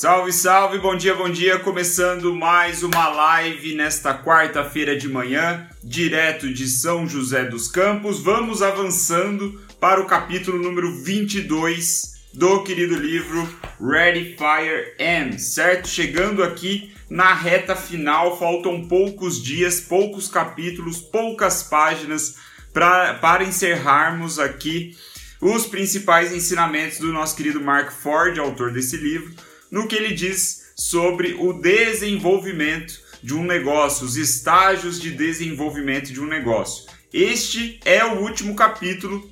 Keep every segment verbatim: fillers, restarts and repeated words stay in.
Salve, salve, bom dia, bom dia, começando mais uma live nesta quarta-feira de manhã, direto de São José dos Campos. Vamos avançando para o capítulo número vinte e dois do querido livro Ready, Fire, Aim, certo? Chegando aqui na reta final, faltam poucos dias, poucos capítulos, poucas páginas pra, para encerrarmos aqui os principais ensinamentos do nosso querido Mark Ford, autor desse livro, no que ele diz sobre o desenvolvimento de um negócio, os estágios de desenvolvimento de um negócio. Este é o último capítulo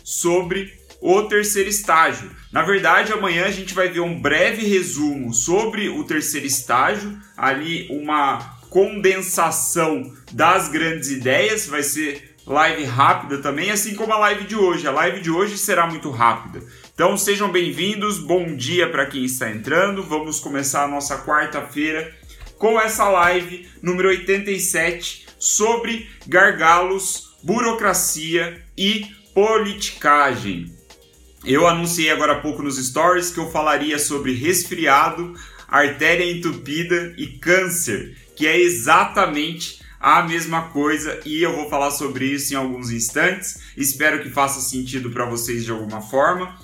sobre o terceiro estágio. Na verdade, amanhã a gente vai ver um breve resumo sobre o terceiro estágio, ali uma condensação das grandes ideias, vai ser live rápida também, assim como a live de hoje. A live de hoje será muito rápida. Então sejam bem-vindos, bom dia para quem está entrando. Vamos começar a nossa quarta-feira com essa live número oitenta e sete sobre gargalos, burocracia e politicagem. Eu anunciei agora há pouco nos stories que eu falaria sobre resfriado, artéria entupida e câncer, que é exatamente a mesma coisa, e eu vou falar sobre isso em alguns instantes. Espero que faça sentido para vocês de alguma forma.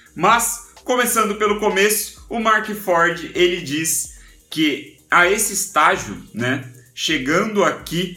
Mas, começando pelo começo, o Mark Ford, ele diz que a esse estágio, né, chegando aqui,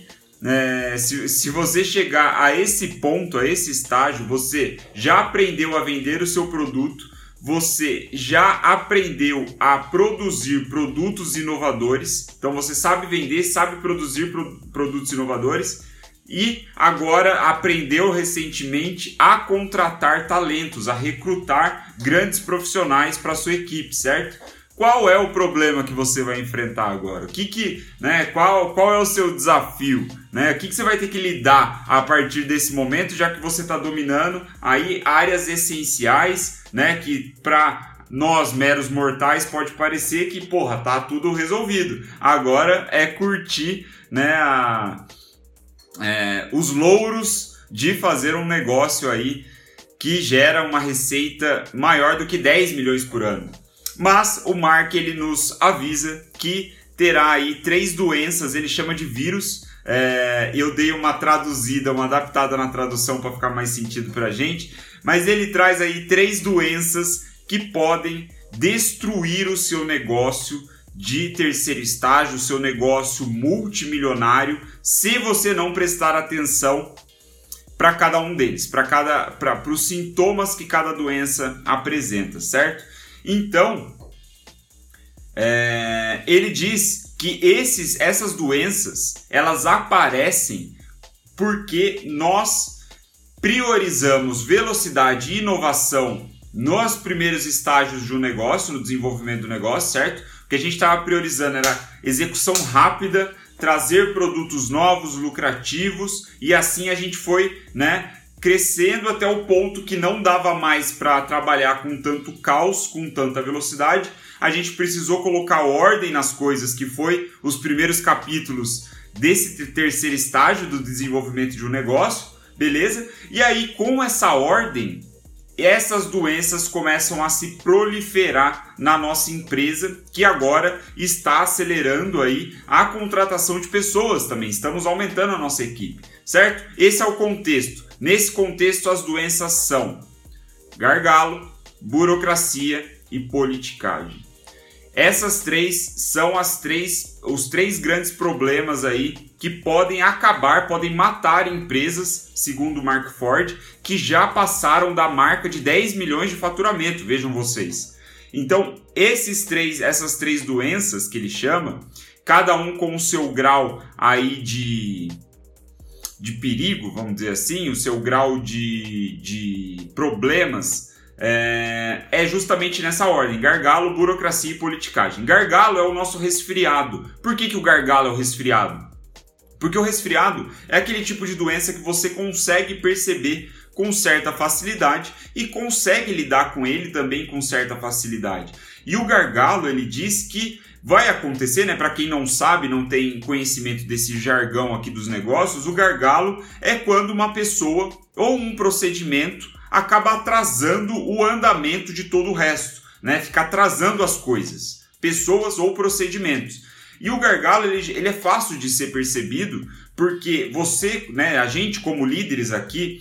é, se, se você chegar a esse ponto, a esse estágio, você já aprendeu a vender o seu produto, você já aprendeu a produzir produtos inovadores, então você sabe vender, sabe produzir pro, produtos inovadores, e agora aprendeu recentemente a contratar talentos, a recrutar grandes profissionais para a sua equipe, certo? Qual é o problema que você vai enfrentar agora? O que que, né, qual, qual é o seu desafio? Né? O que, que você vai ter que lidar a partir desse momento, já que você está dominando aí áreas essenciais, né, que para nós, meros mortais, pode parecer que, porra, tá tudo resolvido. Agora é curtir, né, a... É, os louros de fazer um negócio aí que gera uma receita maior do que dez milhões por ano. Mas o Mark, ele nos avisa que terá aí três doenças, ele chama de vírus. É, eu dei uma traduzida, uma adaptada na tradução para ficar mais sentido pra gente, mas ele traz aí três doenças que podem destruir o seu negócio de terceiro estágio, seu negócio multimilionário, se você não prestar atenção para cada um deles, para cada, para os sintomas que cada doença apresenta, certo? Então, é, ele diz que esses, essas doenças, elas aparecem porque nós priorizamos velocidade e inovação nos primeiros estágios de um negócio, no desenvolvimento do negócio, certo? O que a gente estava priorizando era execução rápida, trazer produtos novos, lucrativos, e assim a gente foi, né, crescendo até o ponto que não dava mais para trabalhar com tanto caos, com tanta velocidade. A gente precisou colocar ordem nas coisas, que foi os primeiros capítulos desse terceiro estágio do desenvolvimento de um negócio, beleza? E aí, com essa ordem, essas doenças começam a se proliferar na nossa empresa, que agora está acelerando aí a contratação de pessoas também. Estamos aumentando a nossa equipe, certo? Esse é o contexto. Nesse contexto, as doenças são gargalo, burocracia e politicagem. Essas três são as três, os três grandes problemas aí que podem acabar, podem matar empresas, segundo Mark Ford, que já passaram da marca de dez milhões de faturamento, vejam vocês. Então, esses três, essas três doenças que ele chama, cada um com o seu grau aí de, de perigo, vamos dizer assim, o seu grau de, de problemas, É, é justamente nessa ordem: gargalo, burocracia e politicagem. Gargalo é o nosso resfriado. Por que que o gargalo é o resfriado? Porque o resfriado é aquele tipo de doença que você consegue perceber com certa facilidade e consegue lidar com ele também com certa facilidade. E o gargalo, ele diz que vai acontecer, né? Para quem não sabe, não tem conhecimento desse jargão aqui dos negócios, o gargalo é quando uma pessoa ou um procedimento acaba atrasando o andamento de todo o resto, né? Fica atrasando as coisas. pessoas ou procedimentos. E o gargalo ele, ele é fácil de ser percebido porque você, né, a gente como líderes aqui,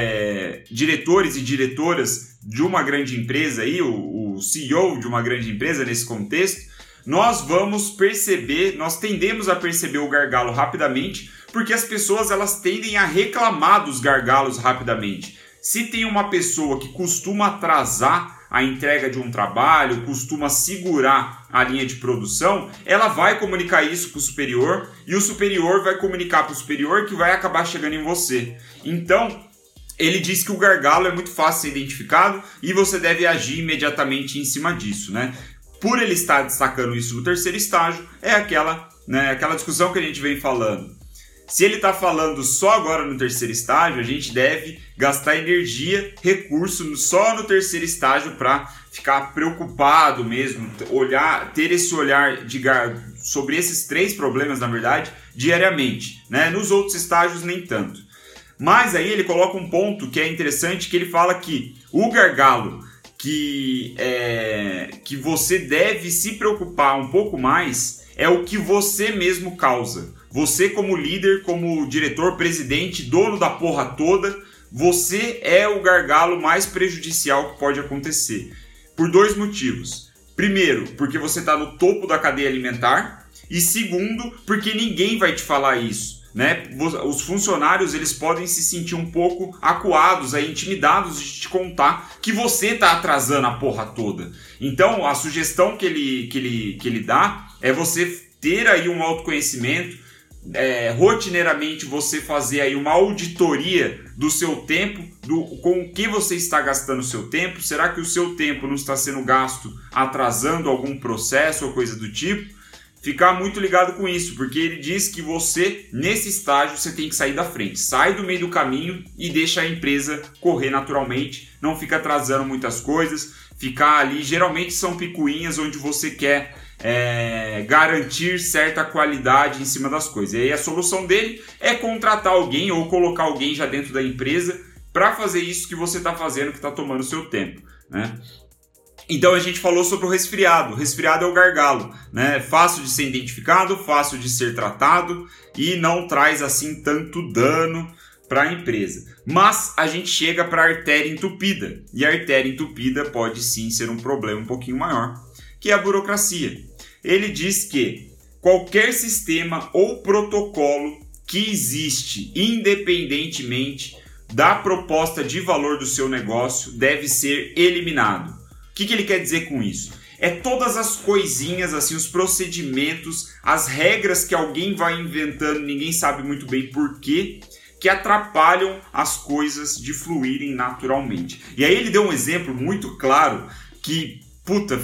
é, diretores e diretoras de uma grande empresa, aí, o, o C E O de uma grande empresa nesse contexto, nós vamos perceber, nós tendemos a perceber o gargalo rapidamente porque as pessoas elas tendem a reclamar dos gargalos rapidamente. Se tem uma pessoa que costuma atrasar a entrega de um trabalho, costuma segurar a linha de produção, ela vai comunicar isso para o superior e o superior vai comunicar para o superior que vai acabar chegando em você. Então, ele diz que o gargalo é muito fácil de ser identificado e você deve agir imediatamente em cima disso, né? Por ele estar destacando isso no terceiro estágio, é aquela, né, aquela discussão que a gente vem falando. Se ele está falando só agora no terceiro estágio, a gente deve gastar energia, recurso só no terceiro estágio para ficar preocupado mesmo, olhar, ter esse olhar de, sobre esses três problemas, na verdade, diariamente, né? Nos outros estágios, nem tanto. Mas aí ele coloca um ponto que é interessante, que ele fala que o gargalo que, é, que você deve se preocupar um pouco mais é o que você mesmo causa. Você como líder, como diretor, presidente, dono da porra toda, você é o gargalo mais prejudicial que pode acontecer. Por dois motivos. Primeiro, porque você está no topo da cadeia alimentar. E segundo, porque ninguém vai te falar isso, né? Os funcionários eles podem se sentir um pouco acuados, aí, intimidados de te contar que você está atrasando a porra toda. Então, a sugestão que ele, que ele, que ele dá é você ter aí um autoconhecimento, É, rotineiramente você fazer aí uma auditoria do seu tempo, do, com o que você está gastando o seu tempo. Será que o seu tempo não está sendo gasto atrasando algum processo ou coisa do tipo? Ficar muito ligado com isso, porque ele diz que você, nesse estágio, você tem que sair da frente. Sai do meio do caminho e deixa a empresa correr naturalmente, não fica atrasando muitas coisas, ficar ali, geralmente são picuinhas onde você quer É, garantir certa qualidade em cima das coisas. E aí a solução dele é contratar alguém ou colocar alguém já dentro da empresa para fazer isso que você está fazendo, que está tomando o seu tempo, né? Então a gente falou sobre o resfriado. O resfriado é o gargalo, né? Fácil de ser identificado, fácil de ser tratado e não traz assim tanto dano para a empresa. Mas a gente chega para a artéria entupida. E a artéria entupida pode sim ser um problema um pouquinho maior, que é a burocracia. Ele diz que qualquer sistema ou protocolo que existe independentemente da proposta de valor do seu negócio deve ser eliminado. O que, que ele quer dizer com isso? É todas as coisinhas, assim, os procedimentos, as regras que alguém vai inventando, ninguém sabe muito bem por quê, que atrapalham as coisas de fluírem naturalmente. E aí ele deu um exemplo muito claro que puta,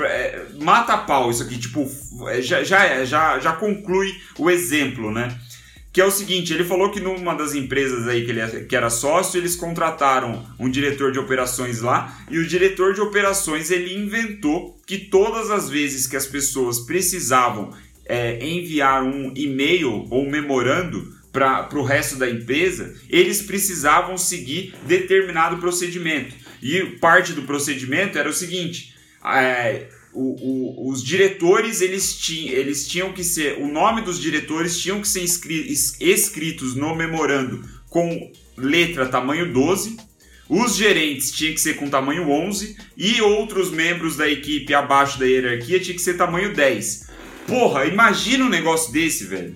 mata a pau isso aqui, tipo, já, já, já, já conclui o exemplo, né? Que é o seguinte, ele falou que numa das empresas aí que ele que era sócio, eles contrataram um diretor de operações lá, e o diretor de operações, ele inventou que todas as vezes que as pessoas precisavam é, enviar um e-mail ou um memorando para o resto da empresa, eles precisavam seguir determinado procedimento. E parte do procedimento era o seguinte: É, o, o, os diretores eles, ti, eles tinham que ser, o nome dos diretores tinham que ser escri, escritos no memorando com letra tamanho doze, os gerentes tinham que ser com tamanho onze e outros membros da equipe abaixo da hierarquia tinha que ser tamanho dez. Porra, imagina um negócio desse, velho.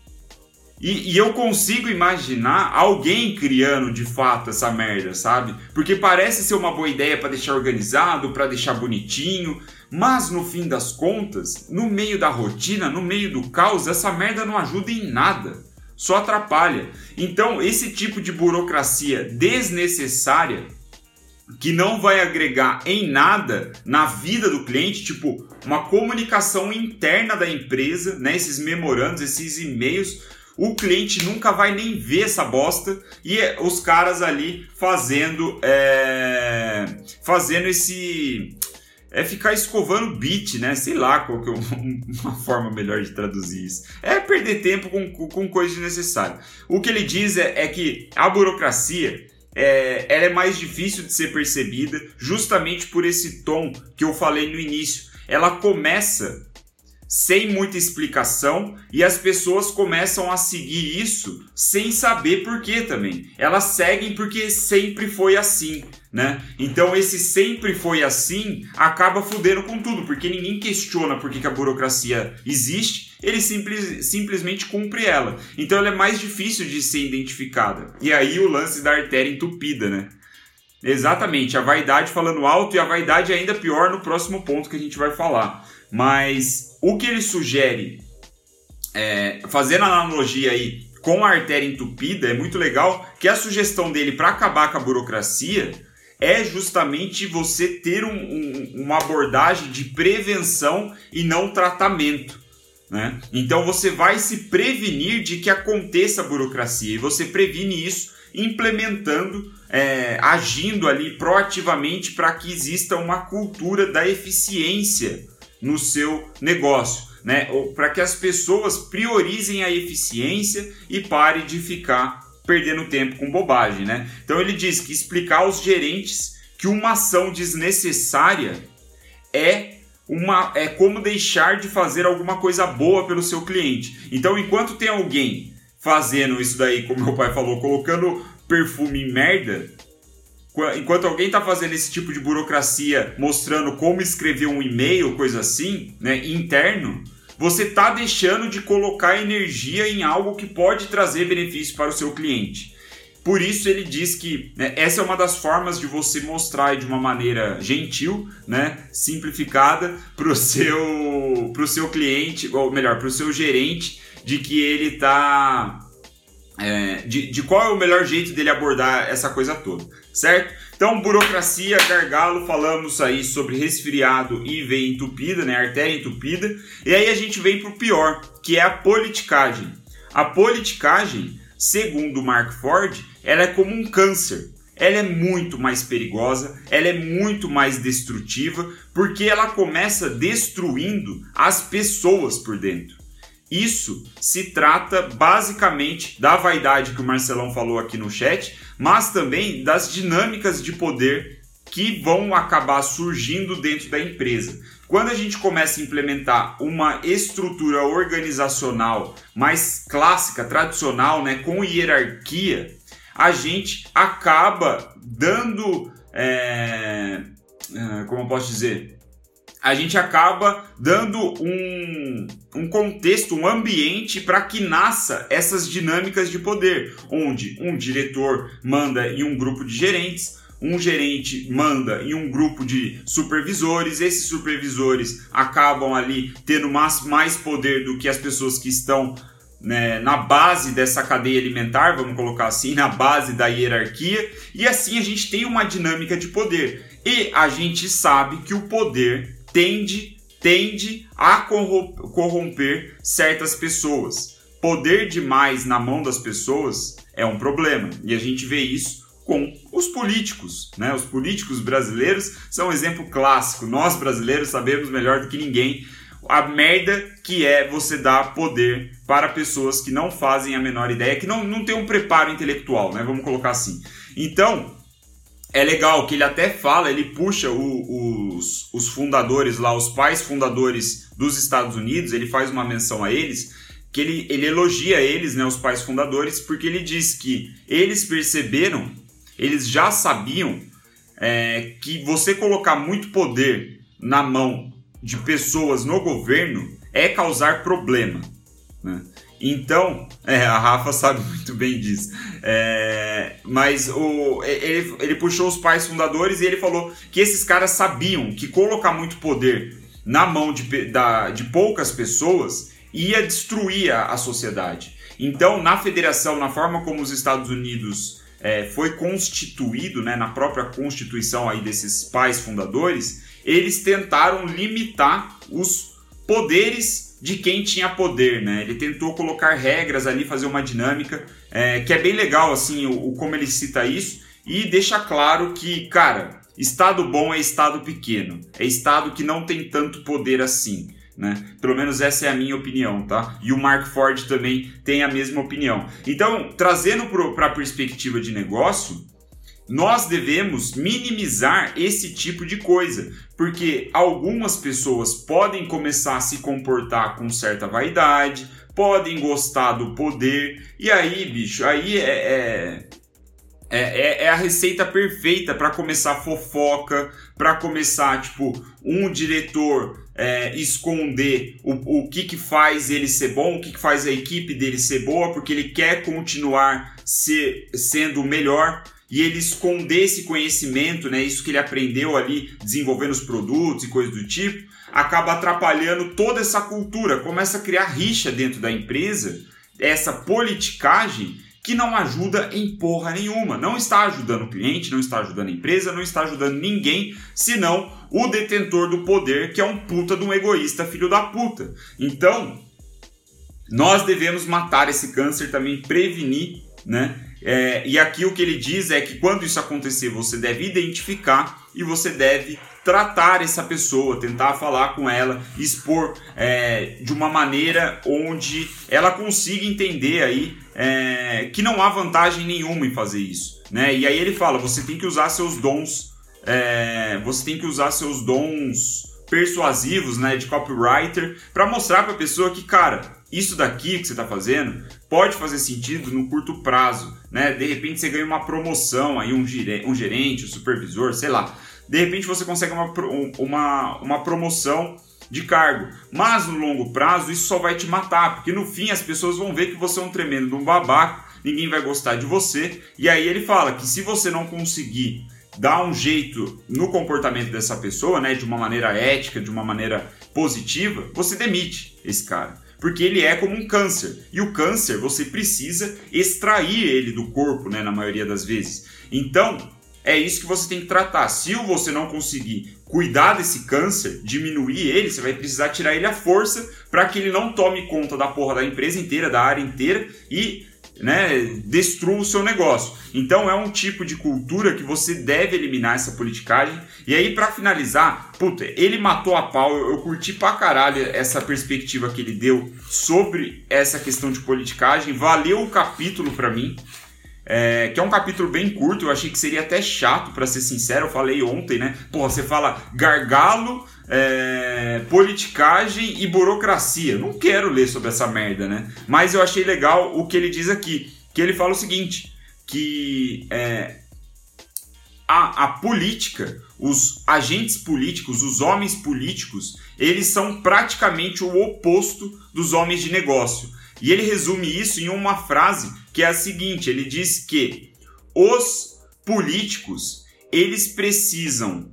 E, e eu consigo imaginar alguém criando de fato essa merda, sabe? Porque parece ser uma boa ideia para deixar organizado, para deixar bonitinho, mas no fim das contas, no meio da rotina, no meio do caos, essa merda não ajuda em nada, só atrapalha. Então, esse tipo de burocracia desnecessária, que não vai agregar em nada na vida do cliente, tipo uma comunicação interna da empresa, né? Esses memorandos, esses e-mails, o cliente nunca vai nem ver essa bosta e os caras ali fazendo, é, fazendo esse... É ficar escovando bit, né? Sei lá qual que é uma forma melhor de traduzir isso. É perder tempo com, com coisa desnecessária. O que ele diz é, é que a burocracia é, ela é mais difícil de ser percebida justamente por esse tom que eu falei no início. ela começa sem muita explicação e as pessoas começam a seguir isso sem saber por quê também. Elas seguem porque sempre foi assim, né? Então esse sempre foi assim acaba fudendo com tudo, porque ninguém questiona por que, que a burocracia existe, ele simples, simplesmente cumpre ela. Então ela é mais difícil de ser identificada. E aí o lance da artéria entupida, né? Exatamente, a vaidade falando alto, e a vaidade é ainda pior no próximo ponto que a gente vai falar. Mas o que ele sugere, é, fazendo a analogia aí com a artéria entupida, é muito legal, que a sugestão dele para acabar com a burocracia é justamente você ter um, um, uma abordagem de prevenção e não tratamento, né? Então você vai se prevenir de que aconteça a burocracia, e você previne isso implementando, é, agindo ali proativamente para que exista uma cultura da eficiência no seu negócio, né? Para que as pessoas priorizem a eficiência e parem de ficar perdendo tempo com bobagem, né? Então ele diz que explicar aos gerentes que uma ação desnecessária é uma é como deixar de fazer alguma coisa boa pelo seu cliente. Então, enquanto tem alguém fazendo isso daí, como meu pai falou, colocando perfume em merda, enquanto alguém está fazendo esse tipo de burocracia, mostrando como escrever um e-mail, coisa assim, né, interno, você está deixando de colocar energia em algo que pode trazer benefício para o seu cliente. Por isso ele diz que, né, essa é uma das formas de você mostrar de uma maneira gentil, né, simplificada, para o seu, pro seu cliente, ou melhor, para o seu gerente, de que ele está... É, de, de qual é o melhor jeito dele abordar essa coisa toda, certo? Então, burocracia, gargalo, falamos aí sobre resfriado e veia entupida, né, artéria entupida, e aí a gente vem para o pior, que é a politicagem. A politicagem, segundo Mark Ford, ela é como um câncer. Ela é muito mais perigosa, ela é muito mais destrutiva, porque ela começa destruindo as pessoas por dentro. Isso se trata basicamente da vaidade que o Marcelão falou aqui no chat, mas também das dinâmicas de poder que vão acabar surgindo dentro da empresa. Quando a gente começa a implementar uma estrutura organizacional mais clássica, tradicional, né, com hierarquia, a gente acaba dando, é, como eu posso dizer... a gente acaba dando um, um contexto, um ambiente para que nasça essas dinâmicas de poder, onde um diretor manda em um grupo de gerentes, um gerente manda em um grupo de supervisores, esses supervisores acabam ali tendo mais, mais poder do que as pessoas que estão, né, na base dessa cadeia alimentar, vamos colocar assim, na base da hierarquia, e assim a gente tem uma dinâmica de poder. E a gente sabe que o poder tende, tende a corromper certas pessoas. Poder demais na mão das pessoas é um problema, e a gente vê isso com os políticos, né? Os políticos brasileiros são um exemplo clássico. Nós brasileiros sabemos melhor do que ninguém a merda que é você dar poder para pessoas que não fazem a menor ideia, que não, não tem um preparo intelectual, né? Vamos colocar assim. Então, é legal que ele até fala, ele puxa o, os, os fundadores lá, os pais fundadores dos Estados Unidos, ele faz uma menção a eles, que ele, ele elogia eles, né, os pais fundadores, porque ele diz que eles perceberam, eles já sabiam é, que você colocar muito poder na mão de pessoas no governo é causar problema, né? Então, é, a Rafa sabe muito bem disso, é, mas o, ele, ele puxou os pais fundadores e ele falou que esses caras sabiam que colocar muito poder na mão de, da, de poucas pessoas ia destruir a, a sociedade. Então, na federação, na forma como os Estados Unidos é, foi constituído, né, na própria constituição aí desses pais fundadores, eles tentaram limitar os poderes de quem tinha poder, né? Ele tentou colocar regras ali, fazer uma dinâmica, é, que é bem legal, assim, o, o como ele cita isso, e deixa claro que, cara, estado bom é estado pequeno, é estado que não tem tanto poder assim, né? Pelo menos essa é a minha opinião, tá? E o Mark Ford também tem a mesma opinião. Então, trazendo para a perspectiva de negócio, nós devemos minimizar esse tipo de coisa, porque algumas pessoas podem começar a se comportar com certa vaidade, podem gostar do poder, e aí, bicho, aí é, é, é, é a receita perfeita para começar fofoca, para começar, tipo, um diretor é, esconder o, o que, que faz ele ser bom, o que, que faz a equipe dele ser boa, porque ele quer continuar ser, sendo o melhor, e ele esconder esse conhecimento, né, isso que ele aprendeu ali desenvolvendo os produtos e coisas do tipo, acaba atrapalhando toda essa cultura, começa a criar rixa dentro da empresa, essa politicagem que não ajuda em porra nenhuma, não está ajudando o cliente, não está ajudando a empresa, não está ajudando ninguém, senão o detentor do poder, que é um puta de um egoísta filho da puta. Então, nós devemos matar esse câncer também, prevenir, né? É, e aqui o que ele diz é que quando isso acontecer, você deve identificar e você deve tratar essa pessoa, tentar falar com ela, expor é, de uma maneira onde ela consiga entender aí é, que não há vantagem nenhuma em fazer isso, né? E aí ele fala, você tem que usar seus dons, é, você tem que usar seus dons persuasivos, né, de copywriter, para mostrar para a pessoa que, cara, isso daqui que você está fazendo pode fazer sentido no curto prazo, né? De repente você ganha uma promoção, aí um gerente, um supervisor, sei lá. De repente você consegue uma, uma, uma promoção de cargo, mas no longo prazo isso só vai te matar, porque no fim as pessoas vão ver que você é um tremendo de um babaca, ninguém vai gostar de você, e aí ele fala que se você não conseguir dar um jeito no comportamento dessa pessoa, né, de uma maneira ética, de uma maneira positiva, você demite esse cara. Porque ele é como um câncer. E o câncer, você precisa extrair ele do corpo, né, na maioria das vezes. Então, é isso que você tem que tratar. Se você não conseguir cuidar desse câncer, diminuir ele, você vai precisar tirar ele à força para que ele não tome conta da porra da empresa inteira, da área inteira e, né, destrua o seu negócio. Então é um tipo de cultura que você deve eliminar essa politicagem. E aí, para finalizar, puta, ele matou a pau. Eu, eu curti pra caralho essa perspectiva que ele deu sobre essa questão de politicagem. Valeu o capítulo pra mim, é, que é um capítulo bem curto. Eu achei que seria até chato, pra ser sincero. Eu falei ontem, né? Porra, você fala gargalo, é, politicagem e burocracia. Não quero ler sobre essa merda, né? Mas eu achei legal o que ele diz aqui, que ele fala o seguinte, que é, a, a política, os agentes políticos, os homens políticos, eles são praticamente o oposto dos homens de negócio. E ele resume isso em uma frase que é a seguinte, ele diz que os políticos, eles precisam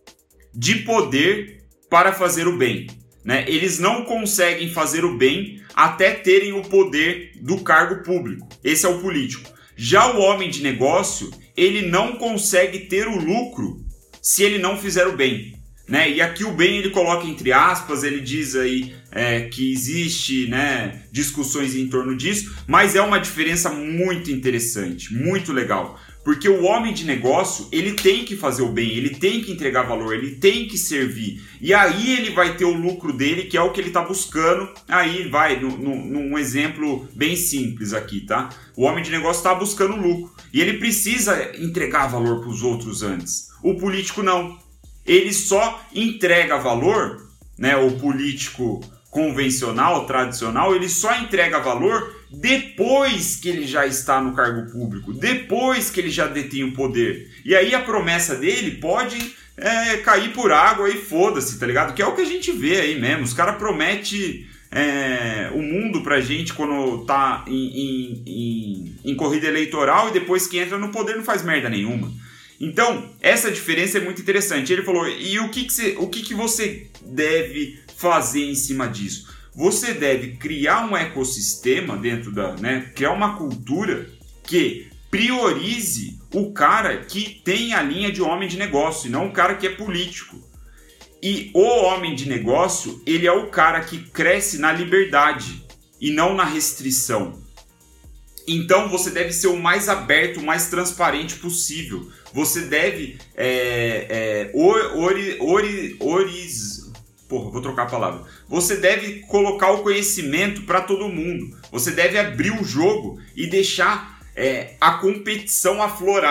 de poder para fazer o bem, né? Eles não conseguem fazer o bem até terem o poder do cargo público. Esse é o político. Já o homem de negócio, ele não consegue ter o lucro se ele não fizer o bem, né? E aqui o bem ele coloca entre aspas, ele diz aí é, que existe, né, discussões em torno disso, mas é uma diferença muito interessante, muito legal. Porque o homem de negócio, ele tem que fazer o bem, ele tem que entregar valor, ele tem que servir. E aí ele vai ter o lucro dele, que é o que ele está buscando. Aí vai, no, no, num exemplo bem simples aqui, tá? O homem de negócio está buscando lucro. E ele precisa entregar valor para os outros antes. O político não. Ele só entrega valor, né? O político convencional, tradicional, ele só entrega valor depois que ele já está no cargo público, depois que ele já detém o poder. E aí a promessa dele pode é, cair por água e foda-se, tá ligado? Que é o que a gente vê aí mesmo. Os caras prometem é, o mundo pra gente quando tá em, em, em, em corrida eleitoral e depois que entra no poder não faz merda nenhuma. Então, essa diferença é muito interessante. Ele falou, e o que, que, você, o que, que você deve fazer em cima disso? Você deve criar um ecossistema dentro da, né, criar uma cultura que priorize o cara que tem a linha de homem de negócio e não o cara que é político. E o homem de negócio, ele é o cara que cresce na liberdade e não na restrição. Então você deve ser o mais aberto, o mais transparente possível. Você deve é, é, ori, ori, oris, Porra, vou trocar a palavra. Você deve colocar o conhecimento para todo mundo. Você deve abrir o jogo e deixar é, a competição aflorar.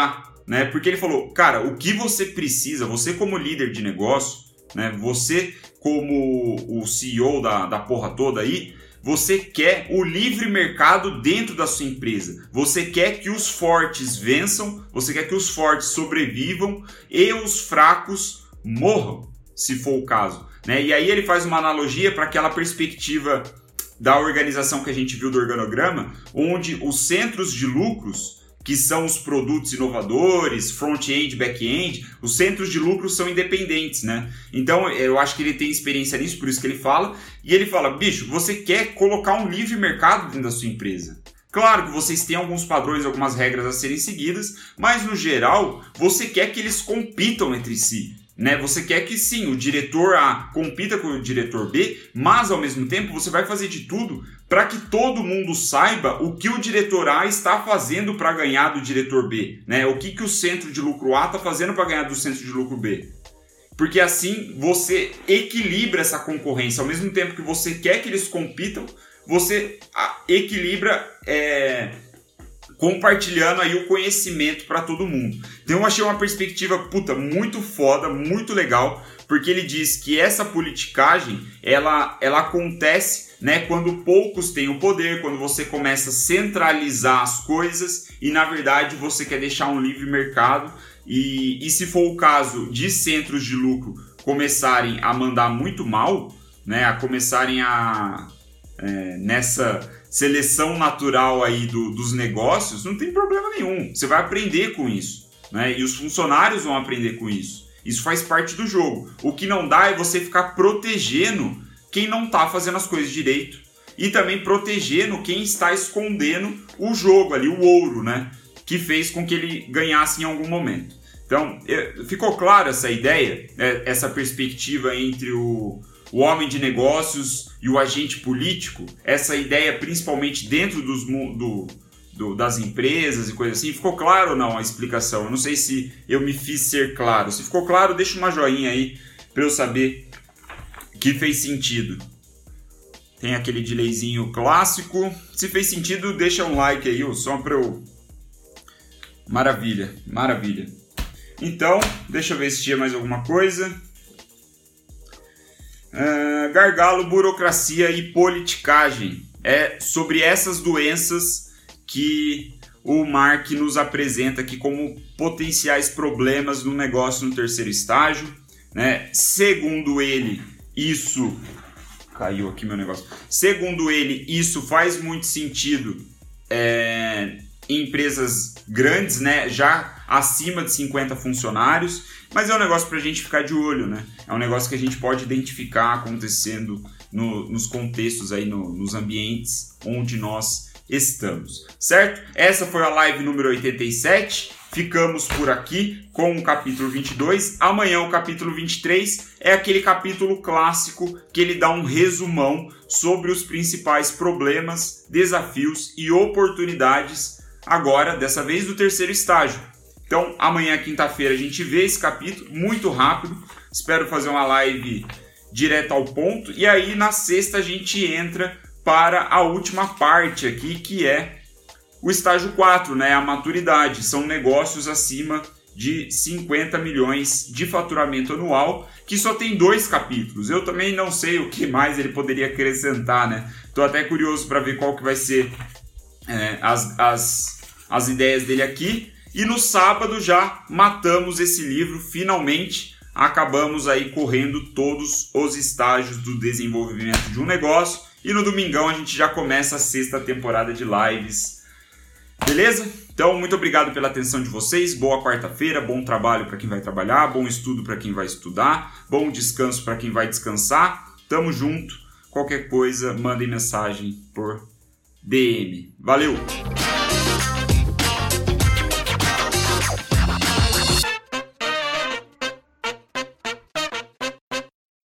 né? Porque ele falou, cara, o que você precisa, você como líder de negócio, né? Você como o C E O da, da porra toda aí, você quer o livre mercado dentro da sua empresa. Você quer que os fortes vençam, você quer que os fortes sobrevivam e os fracos morram, se for o caso, né? E aí ele faz uma analogia para aquela perspectiva da organização que a gente viu do organograma, onde os centros de lucros, que são os produtos inovadores, front-end, back-end, os centros de lucro são independentes, né? Então, eu acho que ele tem experiência nisso, por isso que ele fala. E ele fala, bicho, você quer colocar um livre mercado dentro da sua empresa. Claro que vocês têm alguns padrões, algumas regras a serem seguidas, mas, no geral, você quer que eles compitam entre si. Né? Você quer que sim, o diretor A compita com o diretor B, mas ao mesmo tempo você vai fazer de tudo para que todo mundo saiba o que o diretor A está fazendo para ganhar do diretor B, né? O que, que o centro de lucro A está fazendo para ganhar do centro de lucro B. Porque assim você equilibra essa concorrência. Ao mesmo tempo que você quer que eles compitam, você equilibra é, compartilhando aí o conhecimento para todo mundo. Então eu achei uma perspectiva puta, muito foda, muito legal, porque ele diz que essa politicagem ela, ela acontece, né, quando poucos têm o poder, quando você começa a centralizar as coisas e na verdade você quer deixar um livre mercado e, e se for o caso de centros de lucro começarem a mandar muito mal, né, a começarem a é, nessa seleção natural aí do, dos negócios, não tem problema nenhum. Você vai aprender com isso, né? E os funcionários vão aprender com isso. Isso faz parte do jogo. O que não dá é você ficar protegendo quem não está fazendo as coisas direito e também protegendo quem está escondendo o jogo ali, o ouro, né? Que fez com que ele ganhasse em algum momento. Então, ficou claro essa ideia, essa perspectiva entre o o homem de negócios e o agente político, essa ideia principalmente dentro dos, do, do, das empresas e coisas assim, ficou claro ou não a explicação? Eu não sei se eu me fiz ser claro. Se ficou claro, deixa uma joinha aí para eu saber que fez sentido. Tem aquele delayzinho clássico. Se fez sentido, deixa um like aí, só para eu... Maravilha, maravilha. Então, deixa eu ver se tinha mais alguma coisa. Uh, gargalo, burocracia e politicagem. É sobre essas doenças que o Mark nos apresenta aqui como potenciais problemas no negócio no terceiro estágio, né? Segundo ele, isso... Caiu aqui meu negócio. Segundo ele, isso faz muito sentido é, em empresas grandes, né? Já acima de cinquenta funcionários. Mas é um negócio para a gente ficar de olho, né? É um negócio que a gente pode identificar acontecendo no, nos contextos aí, no, nos ambientes onde nós estamos, certo? Essa foi a live número oitenta e sete. Ficamos por aqui com o capítulo vinte e dois. Amanhã o capítulo vinte e três é aquele capítulo clássico que ele dá um resumão sobre os principais problemas, desafios e oportunidades agora, dessa vez, do terceiro estágio. Então, amanhã, quinta-feira, a gente vê esse capítulo muito rápido. Espero fazer uma live direto ao ponto. E aí, na sexta, a gente entra para a última parte aqui, que é o estágio quatro, né? A maturidade. São negócios acima de cinquenta milhões de faturamento anual, que só tem dois capítulos. Eu também não sei o que mais ele poderia acrescentar, né? Estou até curioso para ver qual que vai ser é, as, as, as ideias dele aqui. E no sábado já matamos esse livro, finalmente acabamos aí correndo todos os estágios do desenvolvimento de um negócio. E no domingão a gente já começa a sexta temporada de lives. Beleza? Então, muito obrigado pela atenção de vocês. Boa quarta-feira, bom trabalho para quem vai trabalhar, bom estudo para quem vai estudar, bom descanso para quem vai descansar. Tamo junto. Qualquer coisa, mandem mensagem por D M. Valeu!